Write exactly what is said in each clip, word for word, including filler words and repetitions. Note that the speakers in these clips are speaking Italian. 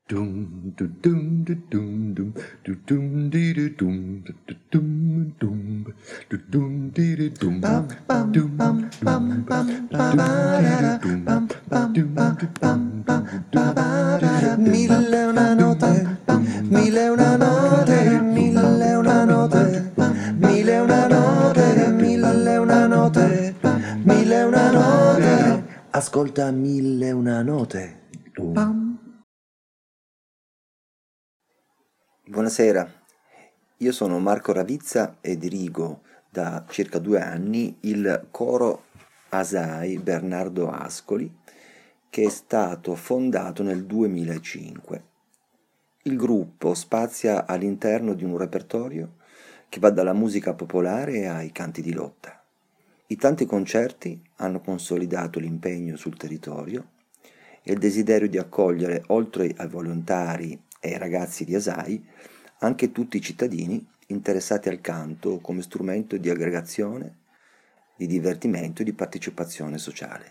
Dum dum dum dum dum dum dum dee dum dum dum dum dee dum Bam bam dum bam bam dum bam ba dum ba da da dee bam bam bam bam bam ba dum ba da da dum mille e una note, mille e una note, mille e una note, mille e una note, mille e una note, mille e una note. Ascolta mille e una note. Pam. Buonasera, io sono Marco Ravizza e dirigo da circa due anni il coro Asai Bernardo Ascoli, che è stato fondato nel duemilacinque. Il gruppo spazia all'interno di un repertorio che va dalla musica popolare ai canti di lotta. I tanti concerti hanno consolidato l'impegno sul territorio e il desiderio di accogliere, oltre ai volontari e ai ragazzi di Asai, anche tutti i cittadini interessati al canto come strumento di aggregazione, di divertimento e di partecipazione sociale.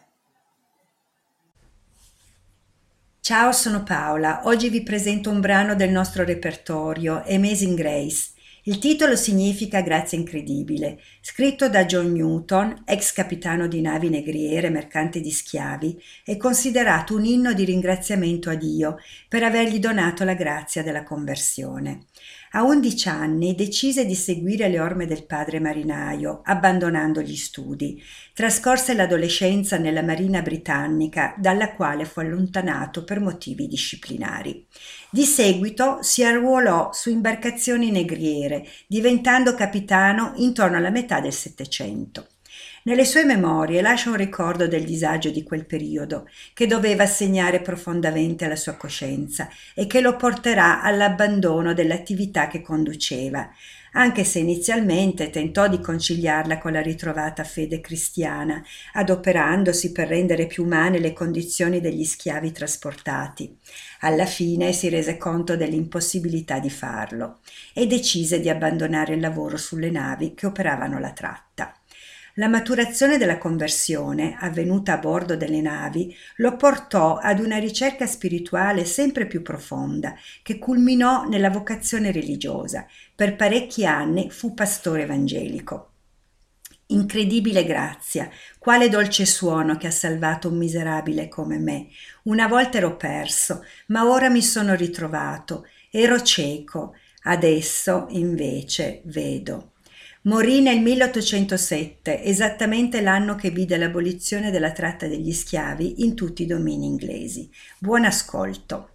Ciao, sono Paola. Oggi vi presento un brano del nostro repertorio, Amazing Grace. Il titolo significa Grazia incredibile. Scritto da John Newton, ex capitano di navi negriere mercante di schiavi, è considerato un inno di ringraziamento a Dio per avergli donato la grazia della conversione. A undici anni decise di seguire le orme del padre marinaio, abbandonando gli studi. Trascorse l'adolescenza nella Marina britannica, dalla quale fu allontanato per motivi disciplinari. Di seguito si arruolò su imbarcazioni negriere, diventando capitano intorno alla metà del Settecento. Nelle sue memorie lascia un ricordo del disagio di quel periodo, che doveva segnare profondamente la sua coscienza e che lo porterà all'abbandono dell'attività che conduceva, anche se inizialmente tentò di conciliarla con la ritrovata fede cristiana, adoperandosi per rendere più umane le condizioni degli schiavi trasportati. Alla fine si rese conto dell'impossibilità di farlo e decise di abbandonare il lavoro sulle navi che operavano la tratta. La maturazione della conversione, avvenuta a bordo delle navi, lo portò ad una ricerca spirituale sempre più profonda, che culminò nella vocazione religiosa. Per parecchi anni fu pastore evangelico. Incredibile grazia, quale dolce suono che ha salvato un miserabile come me. Una volta ero perso, ma ora mi sono ritrovato. Ero cieco, adesso invece vedo. Morì nel milleottocentosette, esattamente l'anno che vide l'abolizione della tratta degli schiavi in tutti i domini inglesi. Buon ascolto.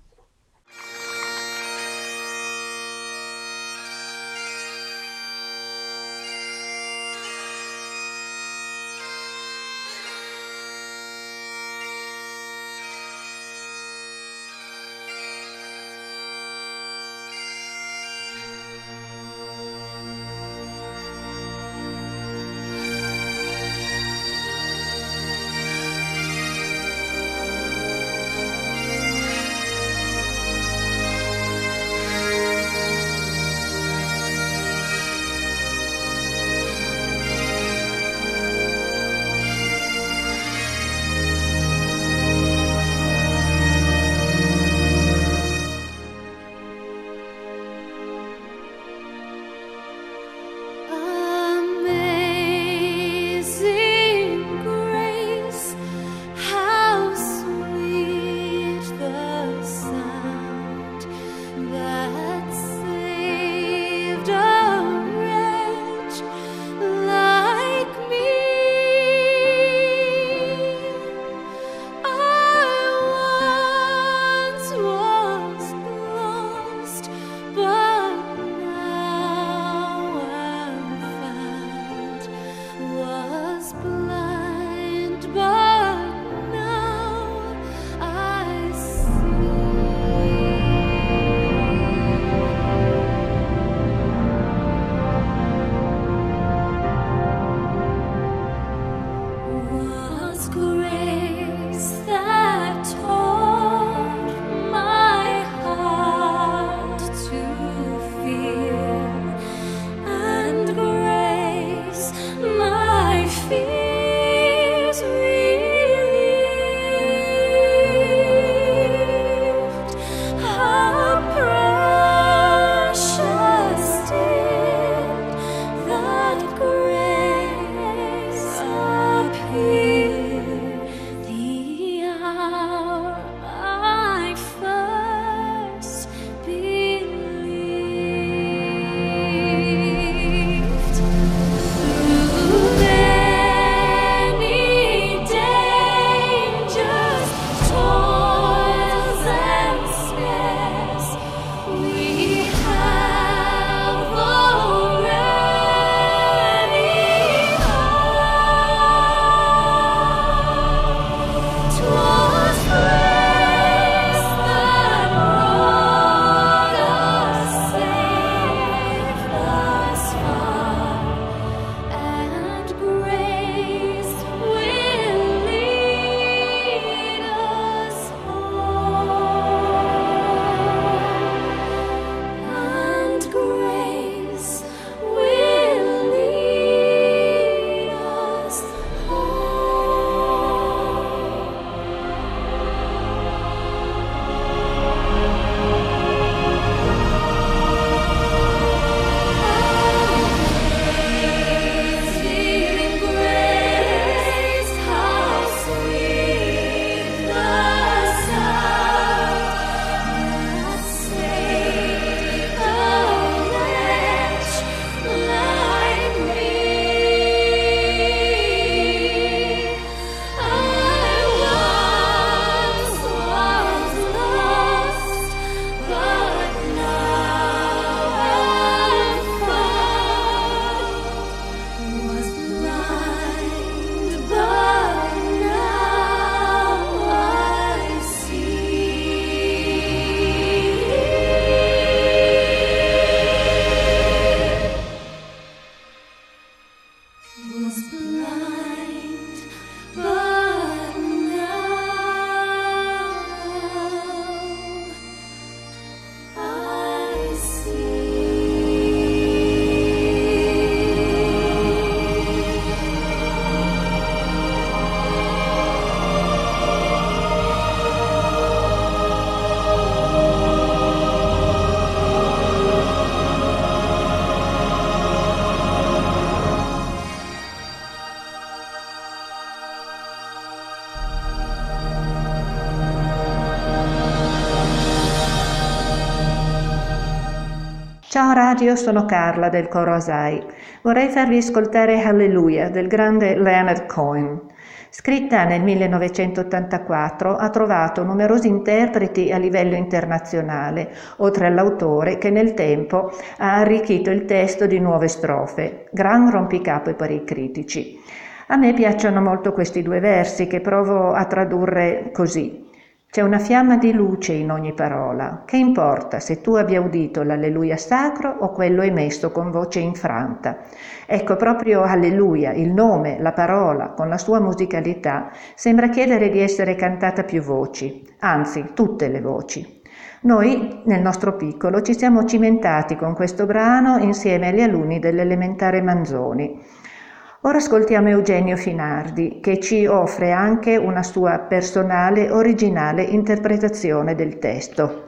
Ciao radio, sono Carla del coro Asai. Vorrei farvi ascoltare Hallelujah del grande Leonard Cohen. Scritta nel millenovecentottantaquattro, ha trovato numerosi interpreti a livello internazionale, oltre all'autore che nel tempo ha arricchito il testo di nuove strofe, gran rompicapo per i critici. A me piacciono molto questi due versi che provo a tradurre così. C'è una fiamma di luce in ogni parola. Che importa se tu abbia udito l'alleluia sacro o quello emesso con voce infranta? Ecco, proprio Alleluia, il nome, la parola, con la sua musicalità, sembra chiedere di essere cantata a più voci, anzi, tutte le voci. Noi, nel nostro piccolo, ci siamo cimentati con questo brano insieme agli alunni dell'elementare Manzoni. Ora ascoltiamo Eugenio Finardi, che ci offre anche una sua personale, originale interpretazione del testo.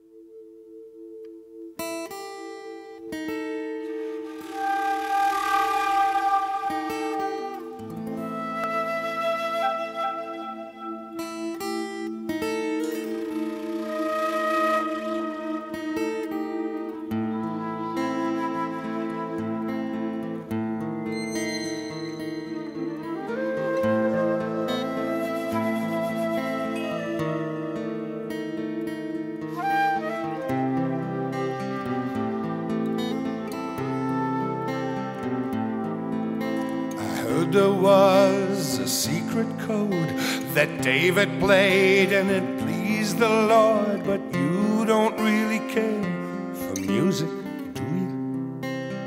There was a secret code that David played and it pleased the Lord, but you don't really care for music, do you?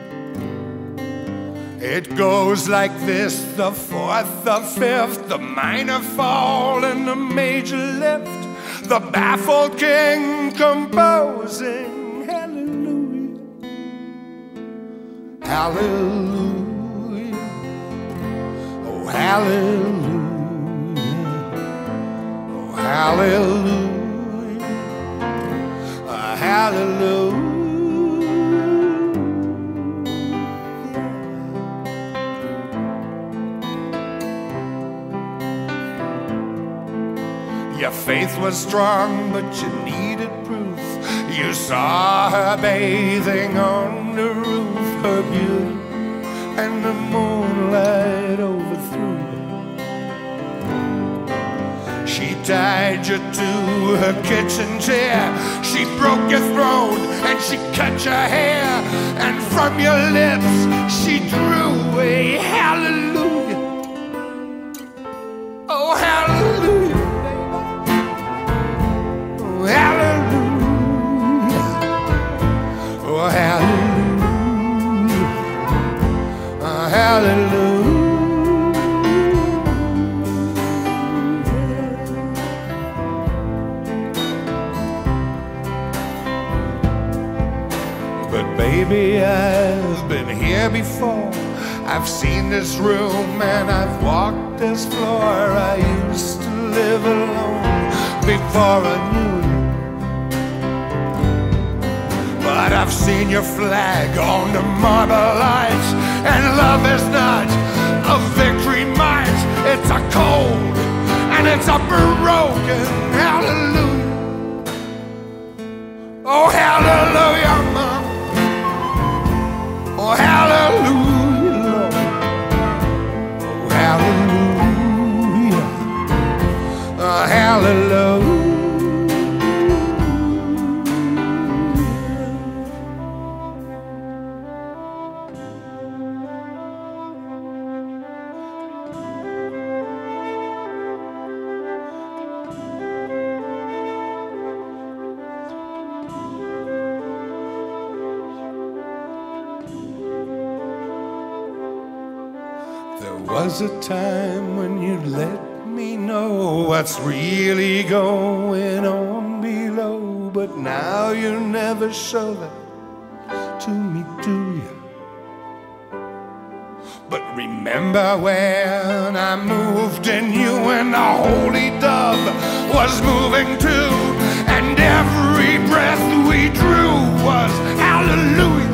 It goes like this: the fourth, the fifth, the minor fall and the major lift, the baffled king composing hallelujah, hallelujah. Hallelujah, oh hallelujah, uh, hallelujah. Your faith was strong, but you needed proof. You saw her bathing on the roof, her beauty and the moonlight overthrew you. She tied you to her kitchen chair, she broke your throat and she cut your hair, and from your lips she drew a hallelujah, oh hallelujah, oh hallelujah, oh hallelujah. Hallelujah. But baby, I've been here before. I've seen this room and I've walked this floor. I used to live alone before I knew you. But I've seen your flag on the marble lights, and love is not a victory march. It's a cold and it's a broken hallelujah. Oh hallelujah, Mom. Oh hallelujah, Lord. Oh hallelujah. Oh hallelujah. There was a time when you let me know what's really going on below, but now you never show that to me, do you? But remember when I moved in you and the holy dove was moving too, and every breath we drew was hallelujah.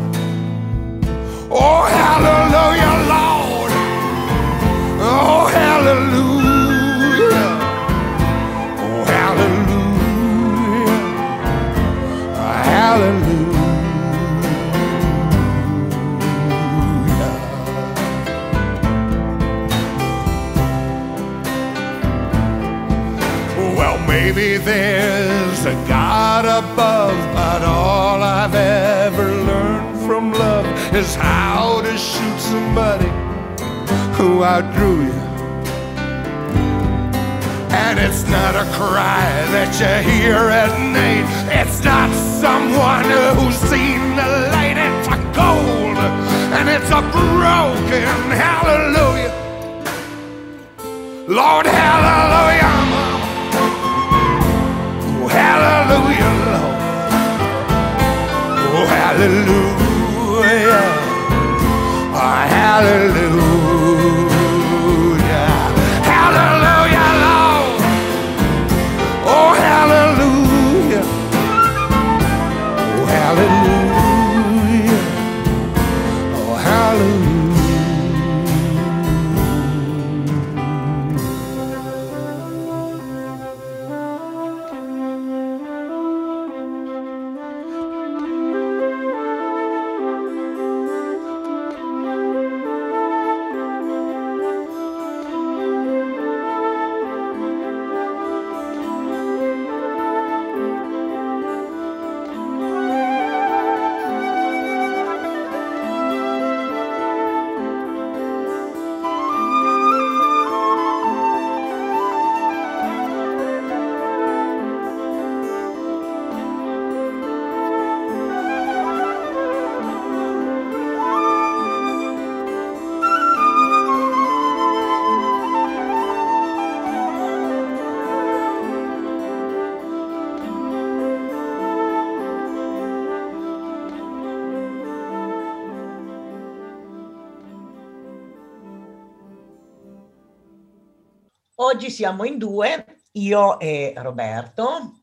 Oh hallelujah, Lord. Oh hallelujah. Oh hallelujah. Oh, hallelujah. is how to shoot somebody who outdrew you. And it's not a cry that you hear at night. It's not someone who's seen the light. It's a cold and it's a broken hallelujah. Lord, hallelujah. Oh, hallelujah, Lord. Oh, hallelujah. Oh, hallelujah. Hallelujah, Lord. Oh, hallelujah. Oh, hallelujah. Oh, hallelujah. Oggi siamo in due, io e Roberto,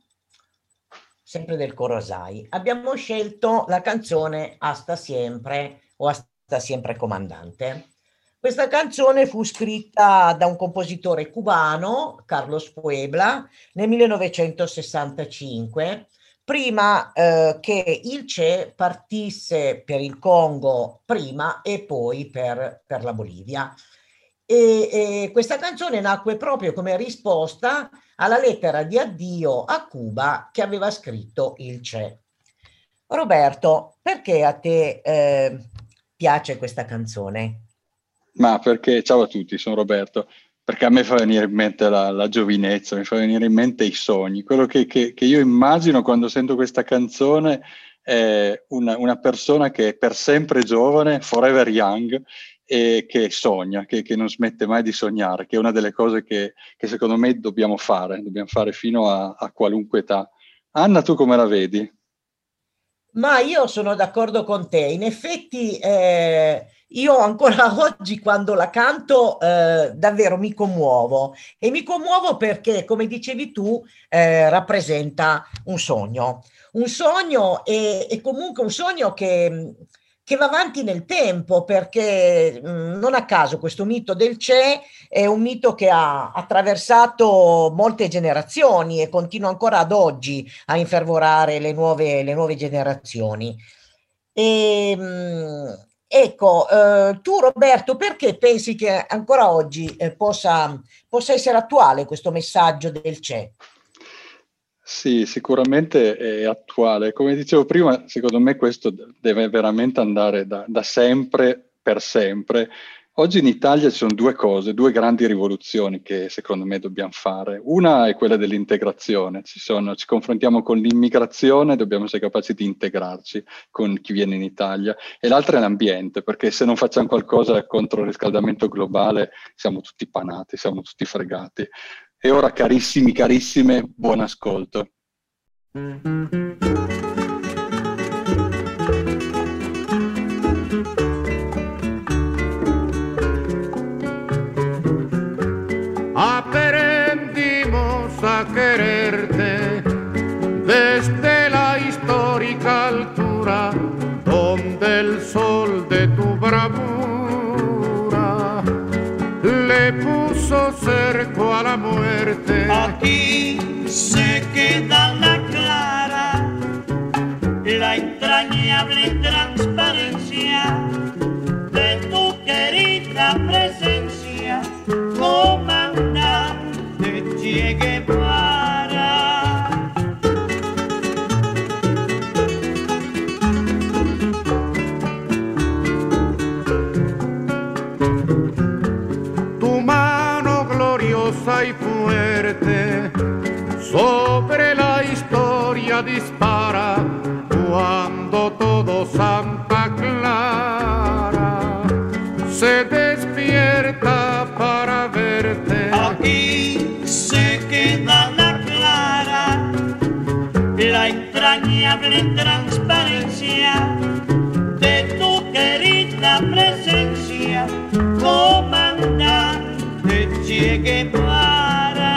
sempre del Corosai. Abbiamo scelto la canzone Hasta Siempre o Hasta Siempre Comandante. Questa canzone fu scritta da un compositore cubano, Carlos Puebla, nel millenovecentosessantacinque, prima eh, che il Che partisse per il Congo prima e poi per, per la Bolivia. E, e questa canzone nacque proprio come risposta alla lettera di addio a Cuba che aveva scritto il Che. Roberto, perché a te eh, piace questa canzone? Ma perché, ciao a tutti, sono Roberto, perché a me fa venire in mente la, la giovinezza, mi fa venire in mente i sogni. Quello che, che, che io immagino quando sento questa canzone è una, una persona che è per sempre giovane, forever young, e che sogna, che, che non smette mai di sognare, che è una delle cose che, che secondo me dobbiamo fare, dobbiamo fare fino a, a qualunque età. Anna, tu come la vedi? Ma io sono d'accordo con te, in effetti eh, io ancora oggi quando la canto eh, davvero mi commuovo e mi commuovo perché, come dicevi tu, eh, rappresenta un sogno, un sogno e, e comunque un sogno che... che va avanti nel tempo, perché mh, non a caso questo mito del Che è un mito che ha attraversato molte generazioni e continua ancora ad oggi a infervorare le nuove, le nuove generazioni. E, mh, ecco, eh, tu Roberto, perché pensi che ancora oggi eh, possa, possa essere attuale questo messaggio del Che? Sì, sicuramente è attuale. Come dicevo prima, secondo me questo deve veramente andare da, da sempre per sempre. Oggi in Italia ci sono due cose, due grandi rivoluzioni che secondo me dobbiamo fare. Una è quella dell'integrazione. Ci sono, ci confrontiamo con l'immigrazione, dobbiamo essere capaci di integrarci con chi viene in Italia. E l'altra è l'ambiente, perché se non facciamo qualcosa contro il riscaldamento globale siamo tutti panati, siamo tutti fregati. E ora, carissimi, carissime, buon ascolto. Aprendimos a quererte desde la histórica altura donde el sol de tu bravura le puso cerco a la muerte. Aquí se queda la clara, la entrañable transparencia de tu querida presencia, comandante Che Guevara. alta y fuerte, sobre la historia dispara cuando todo Santa Clara se despierta para verte. Aquí se queda la clara, la entrañable transparencia de tu querida presencia, comandante Che Guevara.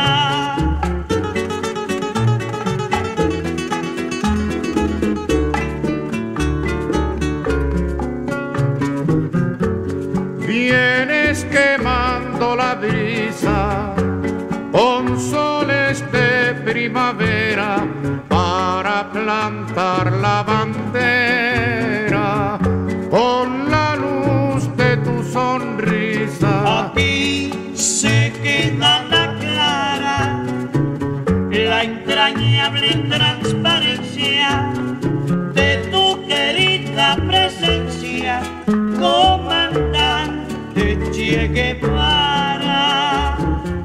Vienes quemando la brisa con soles de primavera para plantar la bandera con la luz de tu sonrisa. Aquí se queda la clara, la entrañable transparencia de tu querida presencia, comandante Che Guevara.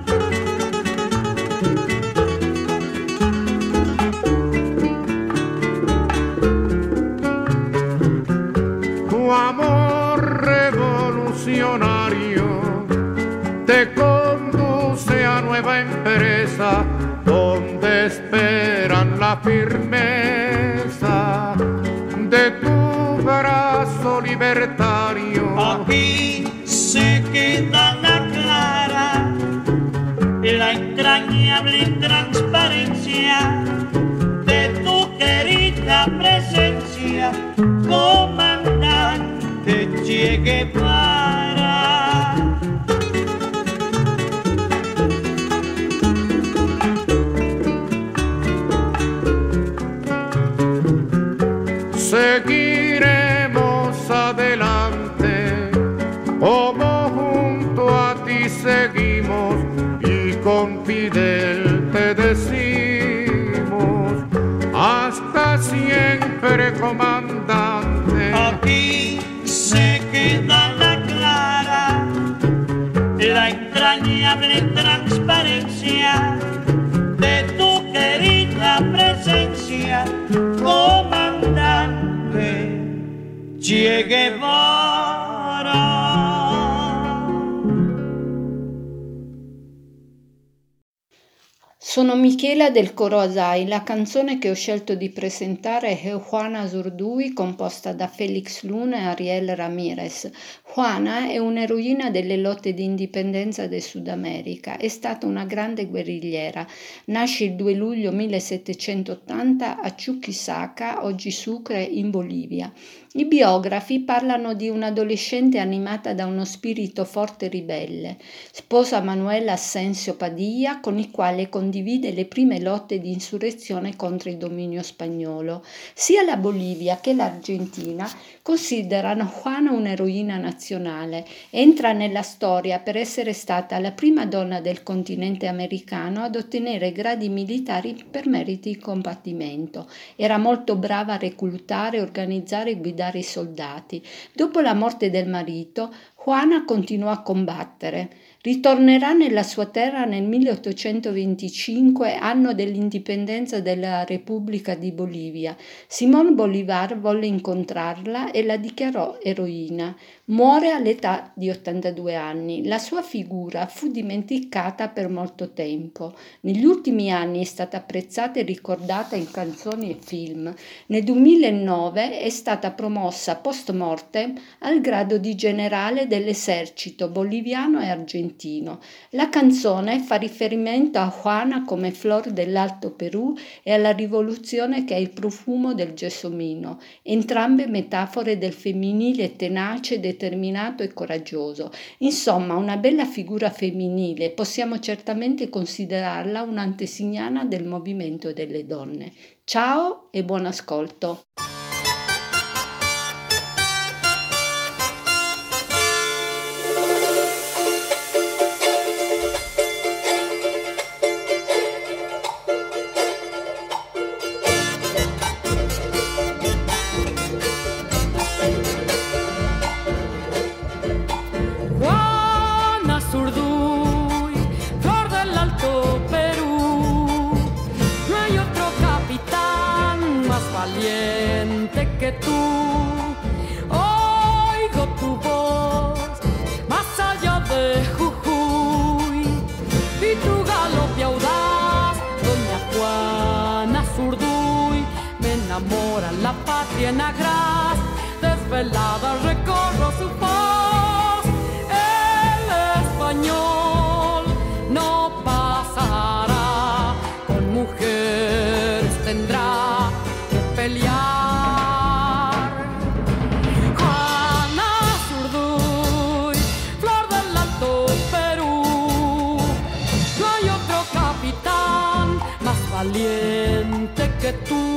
Tu amor revolucionario te conduce a nueva empresa donde esperan la firmeza de tu brazo libertario. Aquí se queda la clara, la entrañable transparencia de tu querida presencia, comandante Che Guevara. Seguiremos adelante, como junto a ti seguimos, y con Fidel te decimos, hasta siempre, comandante. Aquí se queda la clara, la entrañable transparencia de tu querida presencia, comandante Che Guevara. Sono Michela del coro Asai. La canzone che ho scelto di presentare è Juana Zurduy, composta da Felix Luna e Ariel Ramirez. Juana è un'eroina delle lotte di indipendenza del Sud America. È stata una grande guerrigliera. Nasce il due luglio millesettecentottanta a Chuquisaca, oggi Sucre, in Bolivia. I biografi parlano di un'adolescente animata da uno spirito forte e ribelle. Sposa Manuel Asensio Padilla, con il quale condivide le prime lotte di insurrezione contro il dominio spagnolo. Sia la Bolivia che l'Argentina considerano Juana un'eroina nazionale. Entra nella storia per essere stata la prima donna del continente americano ad ottenere gradi militari per meriti di combattimento. Era molto brava a reclutare, organizzare e guidare i soldati. Dopo la morte del marito, Juana continuò a combattere. Ritornerà nella sua terra nel milleottocentoventicinque, anno dell'indipendenza della Repubblica di Bolivia. Simón Bolívar volle incontrarla e la dichiarò eroina. Muore all'età di ottantadue anni. La sua figura fu dimenticata per molto tempo. Negli ultimi anni è stata apprezzata e ricordata in canzoni e film. Nel duemilanove è stata promossa post mortem al grado di generale dell'esercito boliviano e argentino. La canzone fa riferimento a Juana come flor dell'Alto Perù e alla rivoluzione che è il profumo del gelsomino, entrambe metafore del femminile tenace, determinato e coraggioso. Insomma, una bella figura femminile, possiamo certamente considerarla un'antesignana del movimento delle donne. Ciao e buon ascolto. Juana Zurduy, flor del Alto valiente que tú. Oigo tu voz más allá de Jujuy y tu galope audaz, doña Juana Zurduy. Me enamora la patria en agraz, desvelada recorro su voz. El español no pasará, con mujeres tendrá que pelear. Juana Zurduy, flor del Alto Perú, no hay otro capitán más valiente que tú.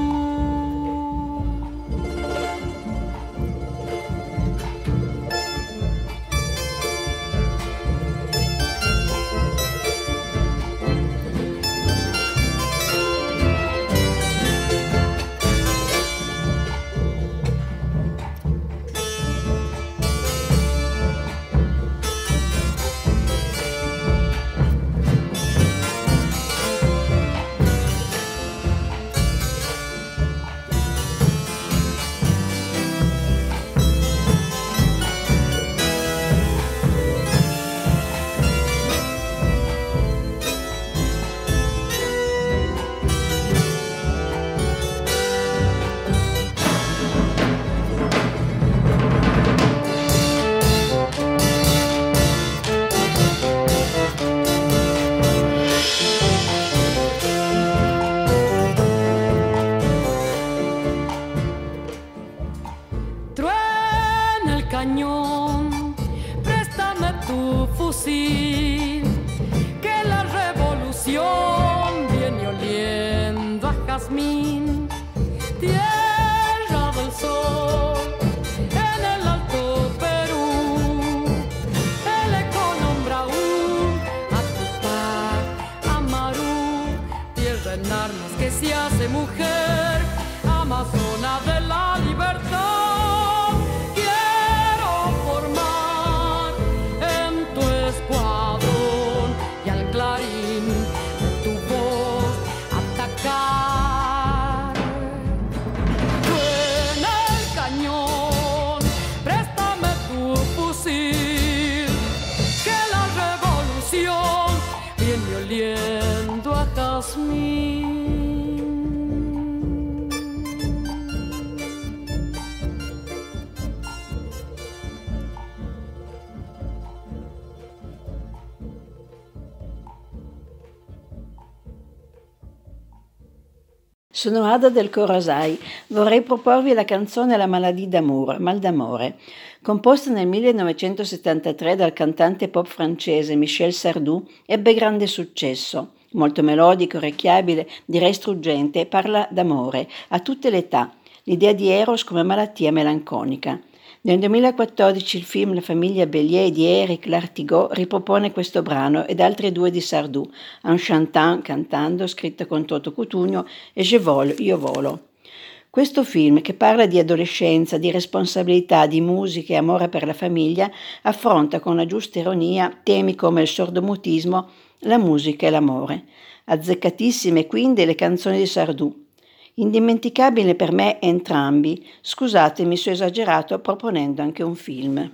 Sono Ada del Corosai. Vorrei proporvi la canzone La maladie d'amour, Mal d'amore, composta nel millenovecentosettantatré dal cantante pop francese Michel Sardou, ebbe grande successo. Molto melodico, orecchiabile, direi struggente, e parla d'amore a tutte le età, l'idea di Eros come malattia melanconica. Nel duemilaquattordici il film La famiglia Bélier di Eric Lartigot ripropone questo brano ed altri due di Sardou, Un chantant, cantando, scritto con Toto Cutugno, e Je vole, io volo. Questo film, che parla di adolescenza, di responsabilità, di musica e amore per la famiglia, affronta con la giusta ironia temi come il sordomutismo, la musica e l'amore. Azzeccatissime quindi le canzoni di Sardou. Indimenticabile per me entrambi, scusatemi se ho esagerato proponendo anche un film.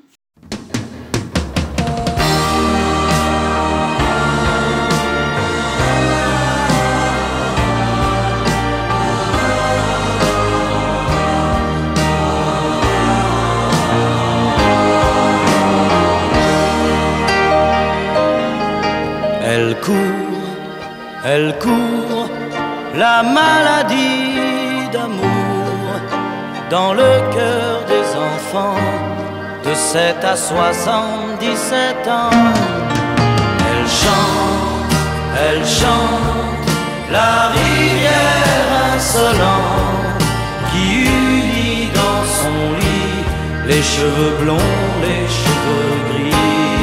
Elle court, elle court, la maladie d'amour dans le cœur des enfants de sept à soixante-dix-sept ans. Elle chante, elle chante la rivière insolente qui unit dans son lit les cheveux blonds, les cheveux gris.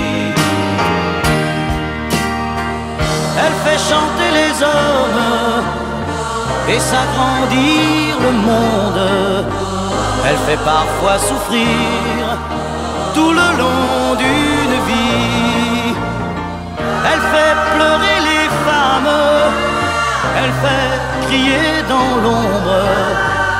Elle fait chanter les hommes et s'agrandir le monde. Elle fait parfois souffrir tout le long d'une vie. Elle fait pleurer les femmes, elle fait crier dans l'ombre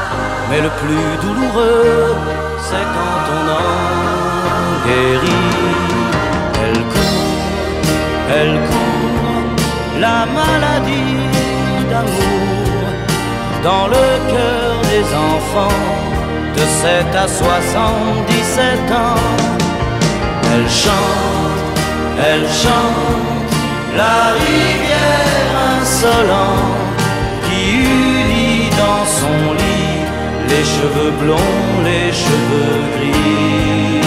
Mais le plus douloureux, c'est quand on en guérit. Elle court, elle court, la maladie d'amour dans le cœur des enfants de sept à soixante-dix-sept ans. Elle chante, elle chante, la rivière insolente qui unit dans son lit les cheveux blonds, les cheveux gris.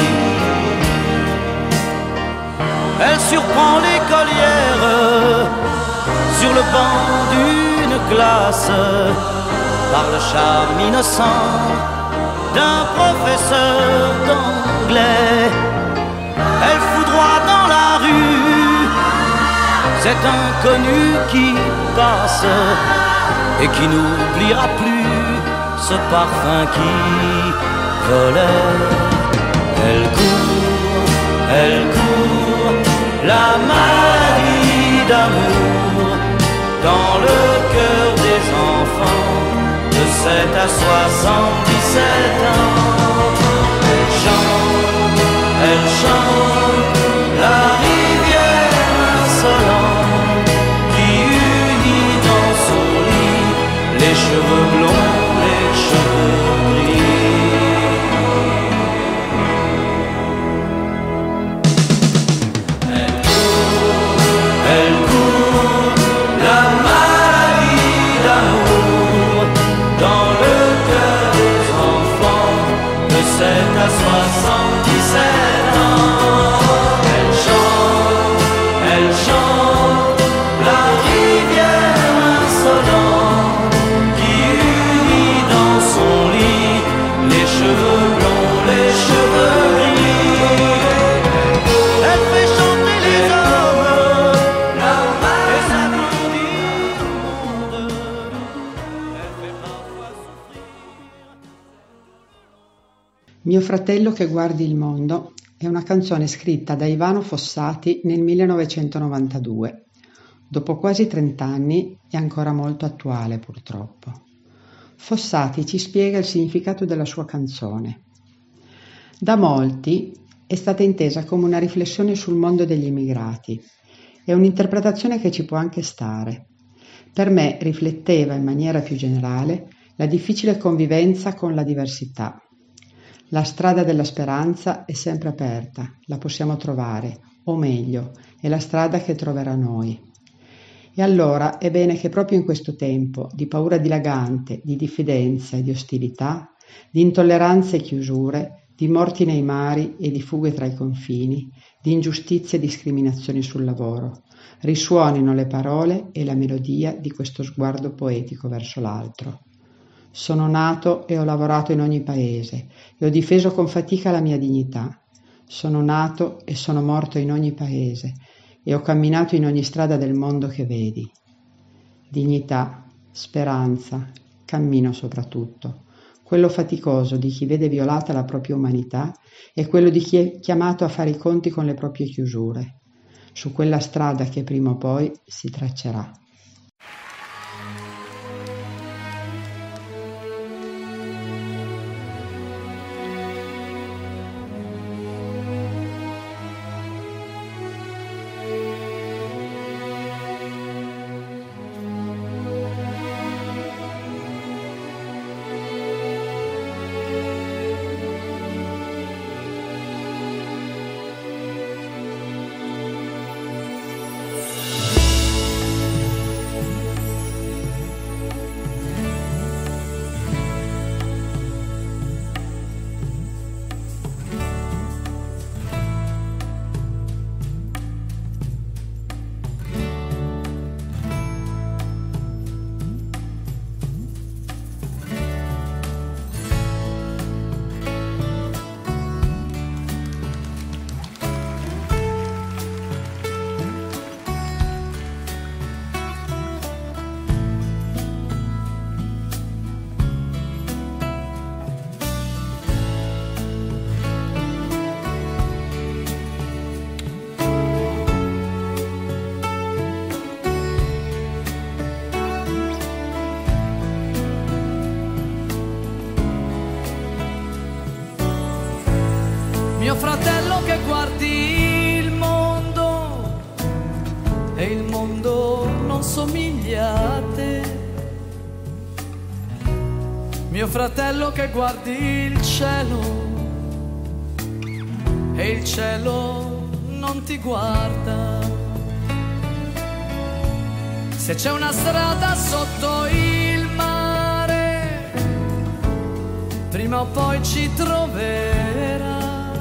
Elle surprend l'écolière sur le banc d'une classe par le charme innocent d'un professeur d'anglais. Elle foudroie dans la rue cet inconnu qui passe et qui n'oubliera plus ce parfum qui volait. Elle court, elle court, la maladie d'amour dans le cœur des enfants de sept à soixante-dix-sept ans. Elle chante, elle chante, la rivière insolente qui unit dans son lit les cheveux blonds, les cheveux gris. Elle court, elle court, la maladie d'amour dans le cœur des enfants de sept à soixante-dix-sept ans. Elle chante, elle chante, la rivière insolente qui unit dans son lit les cheveux blonds, les cheveux gris. Elle fait chanter les hommes et s'agrandit tout le monde. Elle fait parfois souffrir. Mio fratello che guardi il mondo è una canzone scritta da Ivano Fossati nel millenovecentonovantadue. Dopo quasi trent'anni è ancora molto attuale, purtroppo. Fossati ci spiega il significato della sua canzone. Da molti è stata intesa come una riflessione sul mondo degli immigrati. È un'interpretazione che ci può anche stare. Per me rifletteva in maniera più generale la difficile convivenza con la diversità. La strada della speranza è sempre aperta, la possiamo trovare, o meglio, è la strada che troverà noi. E allora è bene che proprio in questo tempo di paura dilagante, di diffidenza e di ostilità, di intolleranze e chiusure, di morti nei mari e di fughe tra i confini, di ingiustizie e discriminazioni sul lavoro, risuonino le parole e la melodia di questo sguardo poetico verso l'altro. Sono nato e ho lavorato in ogni paese e ho difeso con fatica la mia dignità. Sono nato e sono morto in ogni paese e ho camminato in ogni strada del mondo che vedi. Dignità, speranza, cammino soprattutto. Quello faticoso di chi vede violata la propria umanità e quello di chi è chiamato a fare i conti con le proprie chiusure, su quella strada che prima o poi si traccerà. mio fratello che guardi il mondo e il mondo non somiglia a te, mio fratello che guardi il cielo e il cielo non ti guarda. Se c'è una strada sotto il mare, prima o poi ci troverà.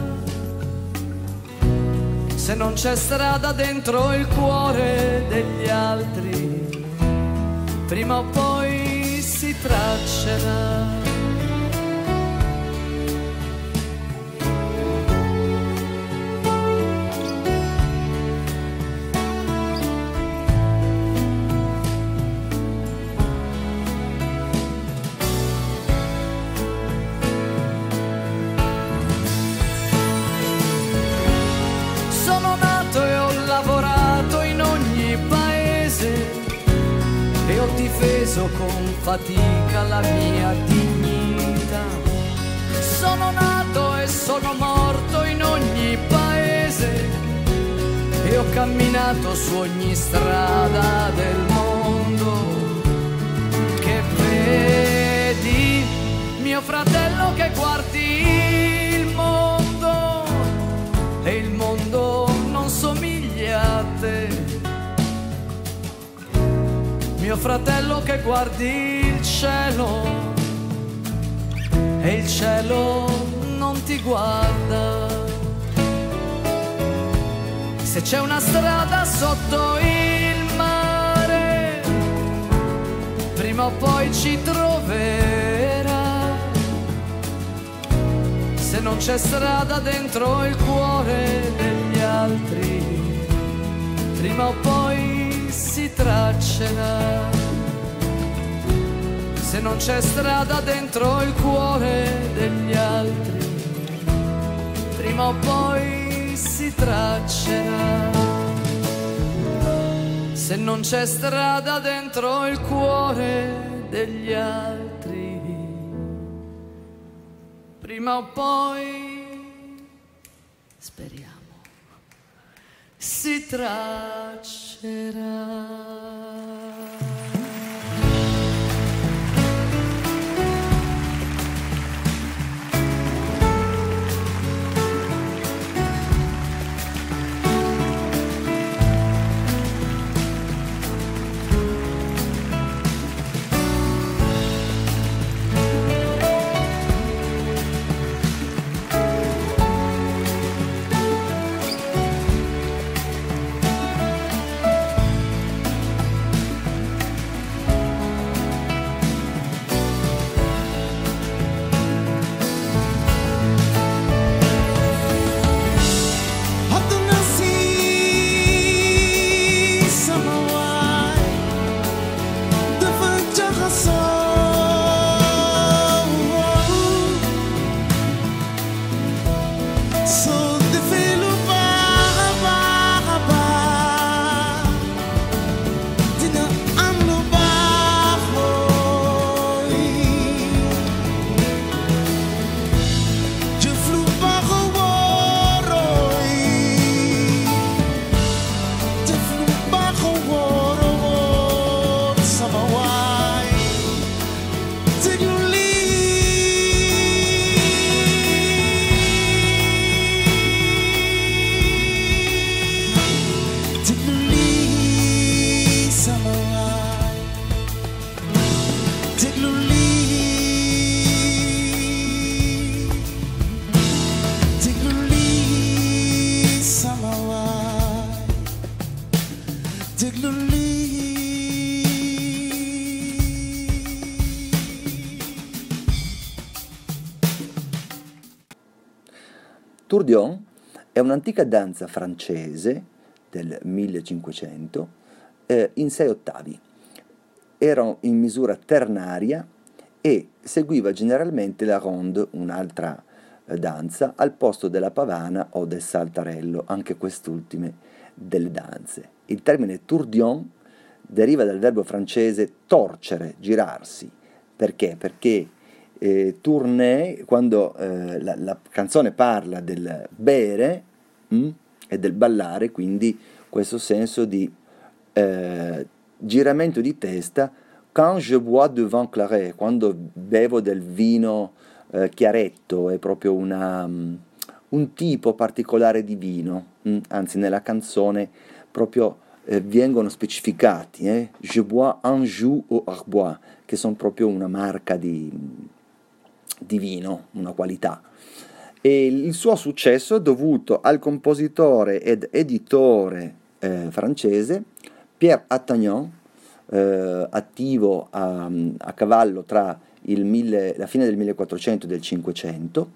Se non c'è strada dentro il cuore degli altri, prima o poi si traccerà. Con fatica la mia dignità, sono nato e sono morto in ogni paese e ho camminato su ogni strada del mondo. Che vedi, mio fratello che guardi il mondo e il mondo non somiglia a te, mio fratello che guardi il cielo e il cielo non ti guarda. Se c'è una strada sotto il mare, prima o poi ci troverà. Se non c'è strada dentro il cuore degli altri, prima o poi si traccerà. Se non c'è strada dentro il cuore degli altri, prima o poi si traccerà. Se non c'è strada dentro il cuore degli altri, prima o poi, speriamo, si traccerà. Tourdion è un'antica danza francese del millecinquecento eh, in sei ottavi. Era in misura ternaria e seguiva generalmente la ronde, un'altra eh, danza, al posto della pavana o del saltarello, anche quest'ultime delle danze. Il termine tourdion deriva dal verbo francese torcere, girarsi. Perché? Perché eh, tournée, quando eh, la, la canzone parla del bere mh, e del ballare, quindi questo senso di eh, giramento di testa. Quand je bois du vin claret, quando bevo del vino eh, chiaretto, è proprio una, um, un tipo particolare di vino, mh, anzi nella canzone proprio eh, vengono specificati, eh? Je bois Anjou o Arbois, che sono proprio una marca di, di vino, una qualità. E il suo successo è dovuto al compositore ed editore eh, francese Pierre Attagnan, eh, attivo a, a cavallo tra il mille, la fine del millequattrocento e del cinquecento,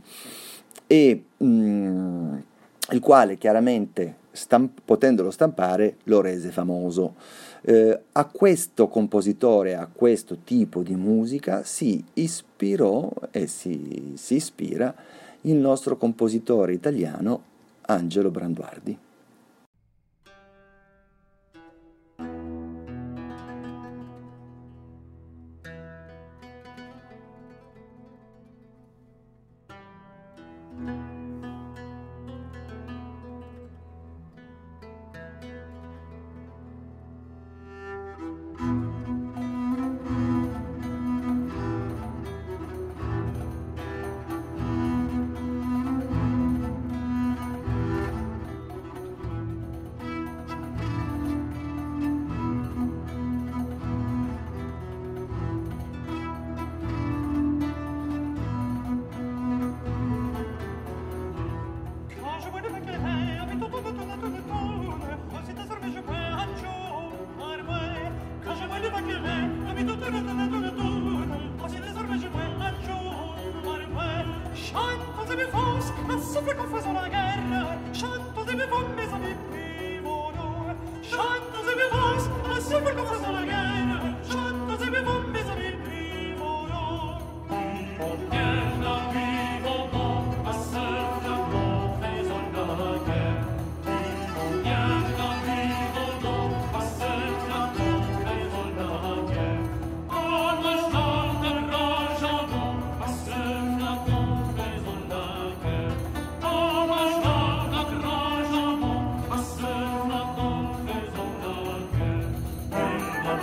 e mh, il quale chiaramente stamp- potendolo stampare lo rese famoso. Eh, a questo compositore, a questo tipo di musica si ispirò e si, si ispira il nostro compositore italiano Angelo Branduardi. Thank you.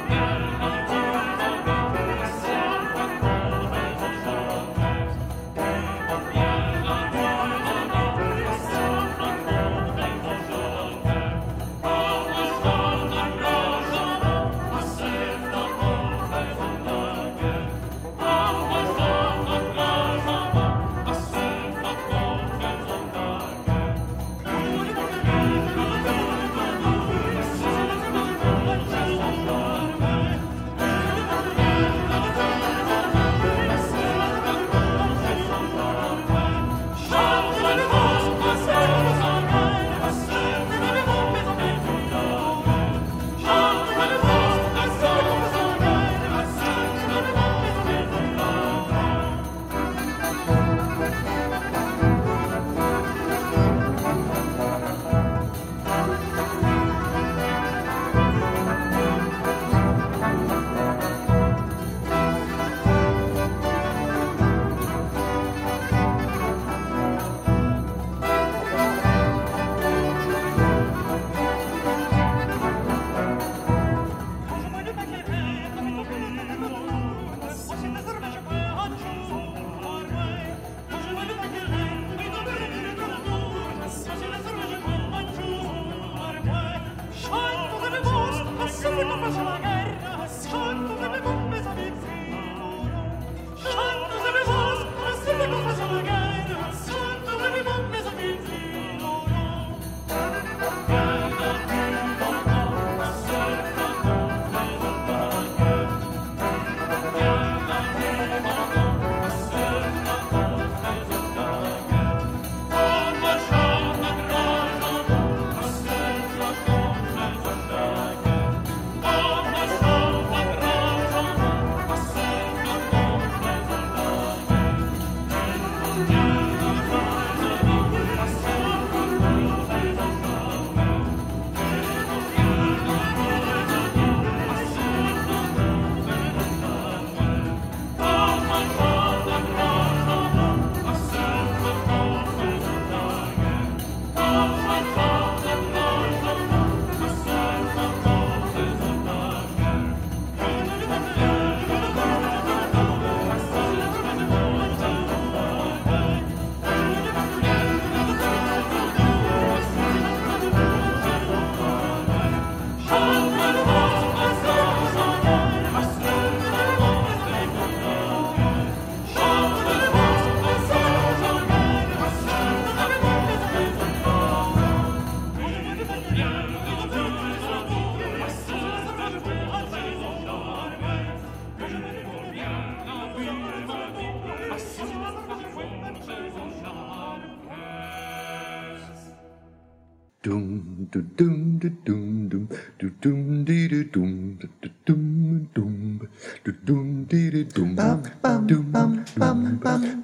Dum dum dum dum dum dum dum dum dum dum dum dum Bam bam bam bam bam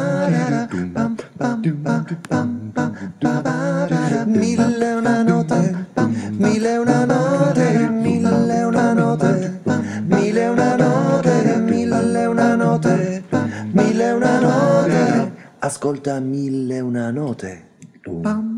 bam mille una note, mille una note, mille una note, mille una note, mille una note, mille una note. Ascolta mille una note. Bam